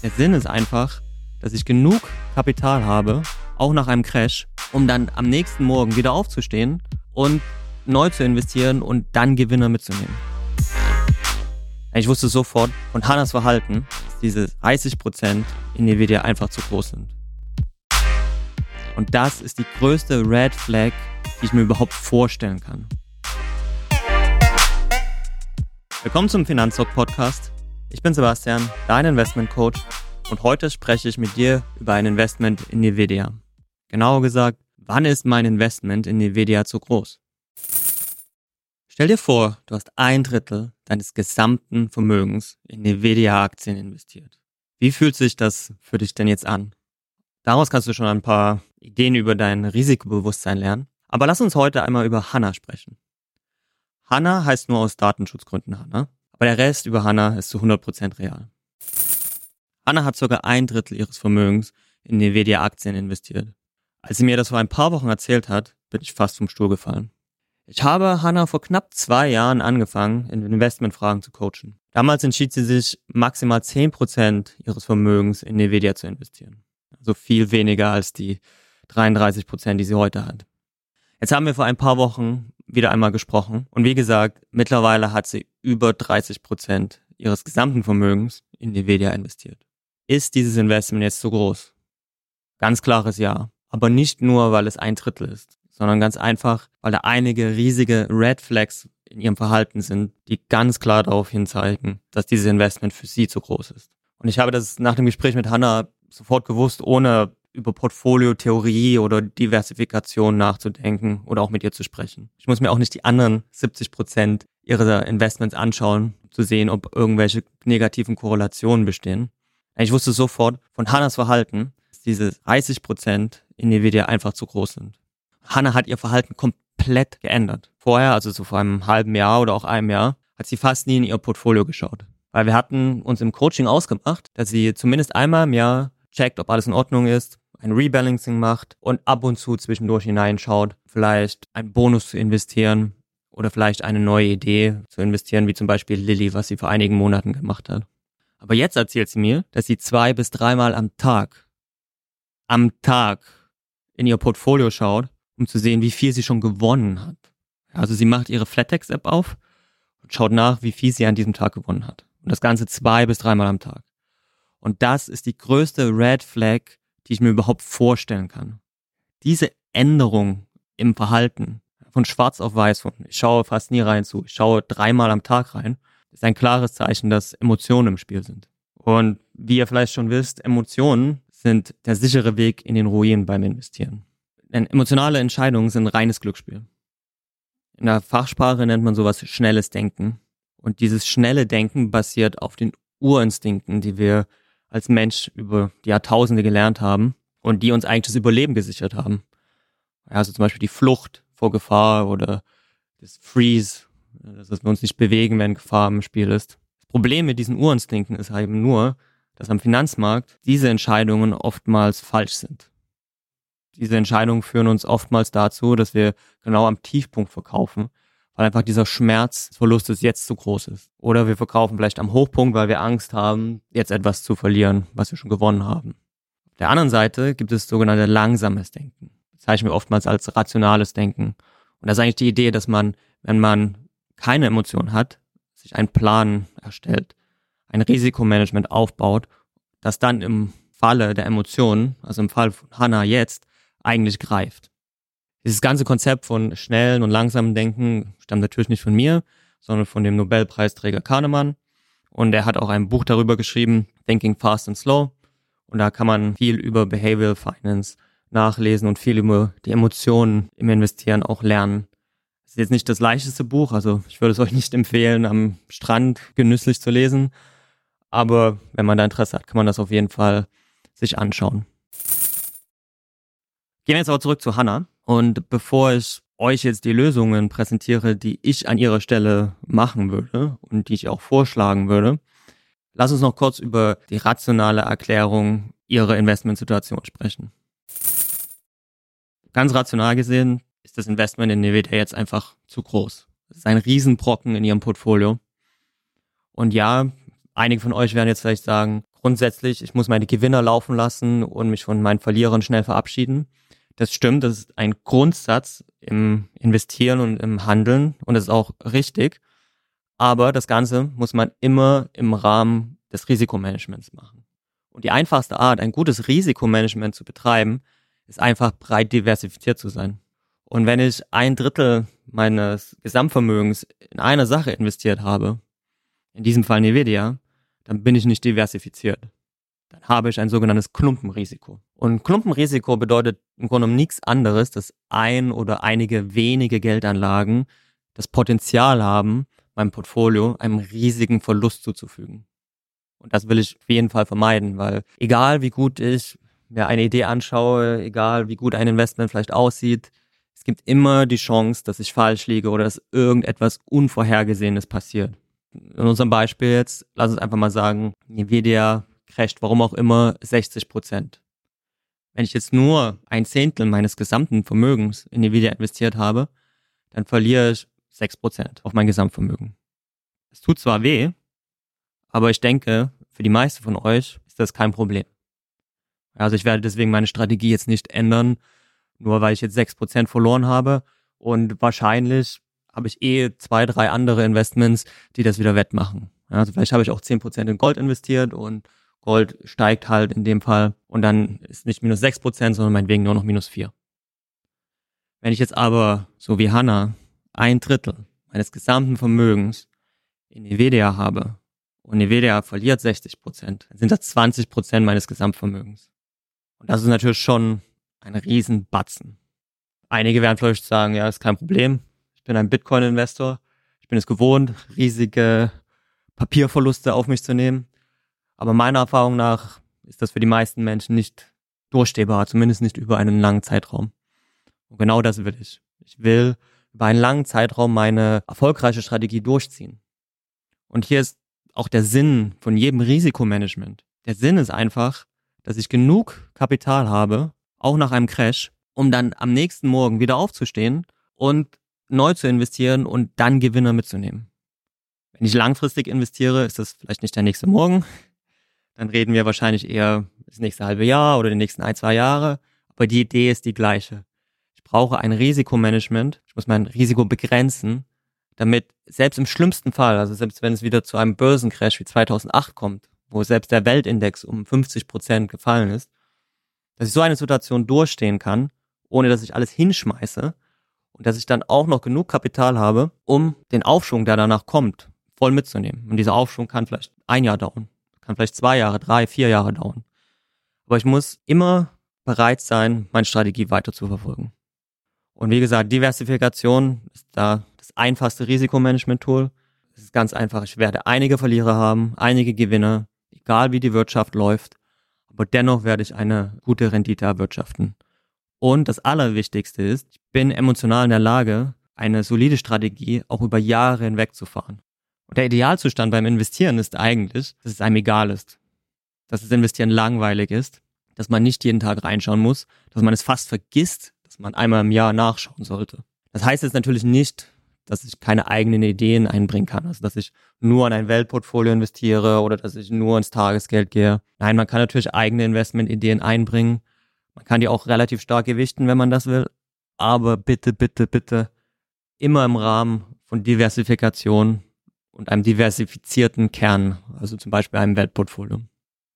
Der Sinn ist einfach, dass ich genug Kapital habe, auch nach einem Crash, um dann am nächsten Morgen wieder aufzustehen und neu zu investieren und dann Gewinne mitzunehmen. Ich wusste sofort von Hannas Verhalten, dass diese 30% in Nvidia einfach zu groß sind. Und das ist die größte Red Flag, die ich mir überhaupt vorstellen kann. Willkommen zum Finanztalk-Podcast. Ich bin Sebastian, dein Investment-Coach, und heute spreche ich mit dir über ein Investment in Nvidia. Genauer gesagt, wann ist mein Investment in Nvidia zu groß? Stell dir vor, du hast 1/3 deines gesamten Vermögens in Nvidia-Aktien investiert. Wie fühlt sich das für dich denn jetzt an? Daraus kannst du schon ein paar Ideen über dein Risikobewusstsein lernen. Aber lass uns heute einmal über Hanna sprechen. Hanna heißt nur aus Datenschutzgründen Hanna, aber der Rest über Hanna ist zu 100% real. Hanna hat ca. 1/3 ihres Vermögens in Nvidia-Aktien investiert. Als sie mir das vor ein paar Wochen erzählt hat, bin ich fast vom Stuhl gefallen. Ich habe Hanna vor knapp 2 Jahren angefangen, in Investmentfragen zu coachen. Damals entschied sie sich, maximal 10% ihres Vermögens in Nvidia zu investieren. Also viel weniger als die 33%, die sie heute hat. Jetzt haben wir vor ein paar Wochen wieder einmal gesprochen und wie gesagt, mittlerweile hat sie über 30% ihres gesamten Vermögens in Nvidia investiert. Ist dieses Investment jetzt zu groß? Ganz klares Ja. Aber nicht nur, weil es 1/3 ist, sondern ganz einfach, weil da einige riesige Red Flags in ihrem Verhalten sind, die ganz klar darauf hinzeigen, dass dieses Investment für sie zu groß ist. Und ich habe das nach dem Gespräch mit Hanna sofort gewusst, ohne über Portfolio-Theorie oder Diversifikation nachzudenken oder auch mit ihr zu sprechen. Ich muss mir auch nicht die anderen 70% ihrer Investments anschauen, um zu sehen, ob irgendwelche negativen Korrelationen bestehen. Ich wusste sofort von Hannas Verhalten, dass diese 30% in Nvidia einfach zu groß sind. Hanna hat ihr Verhalten komplett geändert. Vorher, also so vor einem halben Jahr oder auch einem Jahr, hat sie fast nie in ihr Portfolio geschaut. Weil wir hatten uns im Coaching ausgemacht, dass sie zumindest einmal im Jahr checkt, ob alles in Ordnung ist, ein Rebalancing macht und ab und zu zwischendurch hineinschaut, vielleicht einen Bonus zu investieren oder vielleicht eine neue Idee zu investieren, wie zum Beispiel Lilly, was sie vor einigen Monaten gemacht hat. Aber jetzt erzählt sie mir, dass sie 2 bis 3 Mal am Tag in ihr Portfolio schaut, um zu sehen, wie viel sie schon gewonnen hat. Also sie macht ihre Flatex-App auf und schaut nach, wie viel sie an diesem Tag gewonnen hat. Und das Ganze 2 bis 3 Mal am Tag. Und das ist die größte Red Flag, die ich mir überhaupt vorstellen kann. Diese Änderung im Verhalten, von schwarz auf weiß, von ich schaue fast nie rein zu, ich schaue 3 Mal am Tag rein, ist ein klares Zeichen, dass Emotionen im Spiel sind. Und wie ihr vielleicht schon wisst, Emotionen sind der sichere Weg in den Ruin beim Investieren. Denn emotionale Entscheidungen sind reines Glücksspiel. In der Fachsprache nennt man sowas schnelles Denken. Und dieses schnelle Denken basiert auf den Urinstinkten, die wir als Mensch über die Jahrtausende gelernt haben und die uns eigentlich das Überleben gesichert haben. Also zum Beispiel die Flucht vor Gefahr oder das Freeze, dass wir uns nicht bewegen, wenn Gefahr im Spiel ist. Das Problem mit diesen Urinstinkten ist eben nur, dass am Finanzmarkt diese Entscheidungen oftmals falsch sind. Diese Entscheidungen führen uns oftmals dazu, dass wir genau am Tiefpunkt verkaufen, weil einfach dieser Schmerz des Verlustes jetzt zu groß ist. Oder wir verkaufen vielleicht am Hochpunkt, weil wir Angst haben, jetzt etwas zu verlieren, was wir schon gewonnen haben. Auf der anderen Seite gibt es sogenannte langsames Denken. Das bezeichnen wir oftmals als rationales Denken. Und das ist eigentlich die Idee, dass man, wenn man keine Emotion hat, sich einen Plan erstellt, ein Risikomanagement aufbaut, das dann im Falle der Emotionen, also im Fall von Hanna jetzt, eigentlich greift. Dieses ganze Konzept von schnellen und langsamen Denken stammt natürlich nicht von mir, sondern von dem Nobelpreisträger Kahneman. Und er hat auch ein Buch darüber geschrieben, Thinking Fast and Slow. Und da kann man viel über Behavioral Finance nachlesen und viel über die Emotionen im Investieren auch lernen. Das ist jetzt nicht das leichteste Buch, also ich würde es euch nicht empfehlen, am Strand genüsslich zu lesen. Aber wenn man da Interesse hat, kann man das auf jeden Fall sich anschauen. Gehen wir jetzt aber zurück zu Hanna. Und bevor ich euch jetzt die Lösungen präsentiere, die ich an ihrer Stelle machen würde und die ich auch vorschlagen würde, lass uns noch kurz über die rationale Erklärung ihrer Investmentsituation sprechen. Ganz rational gesehen ist das Investment in Nvidia jetzt einfach zu groß. Es ist ein Riesenbrocken in ihrem Portfolio. Und ja, einige von euch werden jetzt vielleicht sagen, grundsätzlich, ich muss meine Gewinner laufen lassen und mich von meinen Verlierern schnell verabschieden. Das stimmt, das ist ein Grundsatz im Investieren und im Handeln und das ist auch richtig. Aber das Ganze muss man immer im Rahmen des Risikomanagements machen. Und die einfachste Art, ein gutes Risikomanagement zu betreiben, ist einfach breit diversifiziert zu sein. Und wenn ich 1/3 meines Gesamtvermögens in eine Sache investiert habe, in diesem Fall Nvidia, dann bin ich nicht diversifiziert. Dann habe ich ein sogenanntes Klumpenrisiko. Und Klumpenrisiko bedeutet im Grunde genommen nichts anderes, dass ein oder einige wenige Geldanlagen das Potenzial haben, meinem Portfolio einem riesigen Verlust zuzufügen. Und das will ich auf jeden Fall vermeiden, weil egal wie gut ich mir eine Idee anschaue, egal wie gut ein Investment vielleicht aussieht, es gibt immer die Chance, dass ich falsch liege oder dass irgendetwas Unvorhergesehenes passiert. In unserem Beispiel jetzt, lass uns einfach mal sagen, Nvidia crasht, warum auch immer, 60%. Wenn ich jetzt nur 1/10 meines gesamten Vermögens in Nvidia investiert habe, dann verliere ich 6% auf mein Gesamtvermögen. Es tut zwar weh, aber ich denke, für die meisten von euch ist das kein Problem. Also ich werde deswegen meine Strategie jetzt nicht ändern, nur weil ich jetzt 6% verloren habe und wahrscheinlich habe ich 2, 3 andere Investments, die das wieder wettmachen. Also vielleicht habe ich auch 10% in Gold investiert und Gold steigt halt in dem Fall und dann ist nicht minus 6%, sondern meinetwegen nur noch minus 4. Wenn ich jetzt aber, so wie Hannah, 1/3 meines gesamten Vermögens in Nvidia habe und Nvidia verliert 60%, dann sind das 20% meines Gesamtvermögens. Und das ist natürlich schon ein Riesenbatzen. Einige werden vielleicht sagen, ja, ist kein Problem. Ich bin ein Bitcoin-Investor. Ich bin es gewohnt, riesige Papierverluste auf mich zu nehmen. Aber meiner Erfahrung nach ist das für die meisten Menschen nicht durchstehbar, zumindest nicht über einen langen Zeitraum. Und genau das will ich. Ich will über einen langen Zeitraum meine erfolgreiche Strategie durchziehen. Und hier ist auch der Sinn von jedem Risikomanagement. Der Sinn ist einfach, dass ich genug Kapital habe, auch nach einem Crash, um dann am nächsten Morgen wieder aufzustehen und neu zu investieren und dann Gewinner mitzunehmen. Wenn ich langfristig investiere, ist das vielleicht nicht der nächste Morgen. Dann reden wir wahrscheinlich eher das nächste halbe Jahr oder die nächsten 1, 2 Jahre. Aber die Idee ist die gleiche. Ich brauche ein Risikomanagement. Ich muss mein Risiko begrenzen, damit selbst im schlimmsten Fall, also selbst wenn es wieder zu einem Börsencrash wie 2008 kommt, wo selbst der Weltindex um 50% gefallen ist, dass ich so eine Situation durchstehen kann, ohne dass ich alles hinschmeiße und dass ich dann auch noch genug Kapital habe, um den Aufschwung, der danach kommt, voll mitzunehmen. Und dieser Aufschwung kann vielleicht 1 Jahr dauern, kann vielleicht 2 Jahre, 3, 4 Jahre dauern. Aber ich muss immer bereit sein, meine Strategie weiter zu verfolgen. Und wie gesagt, Diversifikation ist da das einfachste Risikomanagement-Tool. Es ist ganz einfach. Ich werde einige Verlierer haben, einige Gewinner, egal wie die Wirtschaft läuft. Aber dennoch werde ich eine gute Rendite erwirtschaften. Und das Allerwichtigste ist, ich bin emotional in der Lage, eine solide Strategie auch über Jahre hinweg zu fahren. Und der Idealzustand beim Investieren ist eigentlich, dass es einem egal ist. Dass das Investieren langweilig ist, dass man nicht jeden Tag reinschauen muss, dass man es fast vergisst, dass man einmal im Jahr nachschauen sollte. Das heißt jetzt natürlich nicht, dass ich keine eigenen Ideen einbringen kann, also dass ich nur in ein Weltportfolio investiere oder dass ich nur ins Tagesgeld gehe. Nein, man kann natürlich eigene Investmentideen einbringen. Man kann die auch relativ stark gewichten, wenn man das will. Aber bitte, bitte, bitte immer im Rahmen von Diversifikation und einem diversifizierten Kern, also zum Beispiel einem Weltportfolio. Und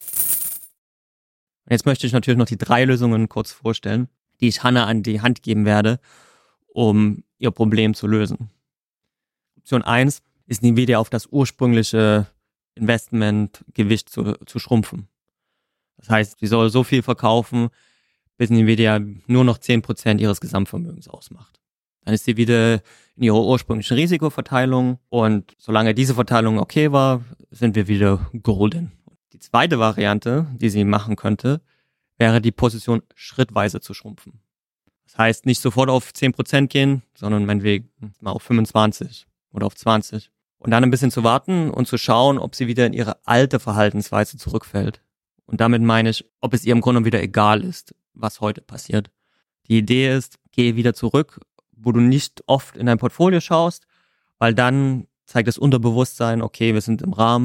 jetzt möchte ich natürlich noch die 3 Lösungen kurz vorstellen, die ich Hannah an die Hand geben werde, um ihr Problem zu lösen. Option 1 ist Nvidia auf das ursprüngliche Investmentgewicht zu schrumpfen. Das heißt, sie soll so viel verkaufen, bis Nvidia nur noch 10% ihres Gesamtvermögens ausmacht. Dann ist sie wieder in ihrer ursprünglichen Risikoverteilung und solange diese Verteilung okay war, sind wir wieder golden. Die zweite Variante, die sie machen könnte, wäre die Position schrittweise zu schrumpfen. Das heißt, nicht sofort auf 10% gehen, sondern meinetwegen mal auf 25 oder auf 20. Und dann ein bisschen zu warten und zu schauen, ob sie wieder in ihre alte Verhaltensweise zurückfällt. Und damit meine ich, ob es ihr im Grunde wieder egal ist, was heute passiert. Die Idee ist, gehe wieder zurück, wo du nicht oft in dein Portfolio schaust, weil dann zeigt das Unterbewusstsein, okay, wir sind im Rahmen,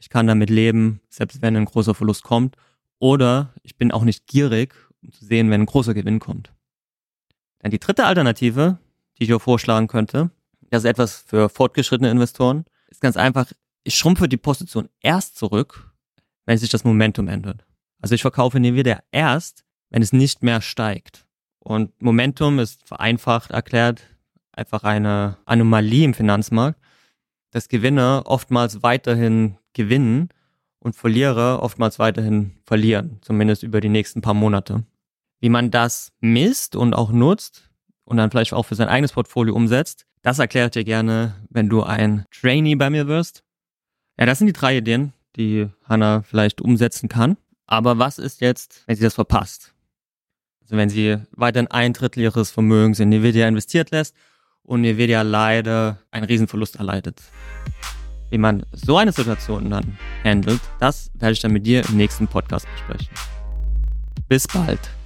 ich kann damit leben, selbst wenn ein großer Verlust kommt. Oder ich bin auch nicht gierig, um zu sehen, wenn ein großer Gewinn kommt. Dann die dritte Alternative, die ich auch vorschlagen könnte, das ist etwas für fortgeschrittene Investoren, ist ganz einfach, ich schrumpfe die Position erst zurück, wenn sich das Momentum ändert. Also ich verkaufe Nvidia erst, wenn es nicht mehr steigt. Und Momentum ist vereinfacht erklärt einfach eine Anomalie im Finanzmarkt, dass Gewinner oftmals weiterhin gewinnen und Verlierer oftmals weiterhin verlieren, zumindest über die nächsten paar Monate. Wie man das misst und auch nutzt und dann vielleicht auch für sein eigenes Portfolio umsetzt, das erkläre ich dir gerne, wenn du ein Trainee bei mir wirst. Ja, das sind die 3 Ideen, die Hannah vielleicht umsetzen kann. Aber was ist jetzt, wenn sie das verpasst? Also wenn sie weiterhin 1/3 ihres Vermögens in Nvidia investiert lässt und Nvidia leider einen Riesenverlust erleidet. Wie man so eine Situation dann handelt, das werde ich dann mit dir im nächsten Podcast besprechen. Bis bald.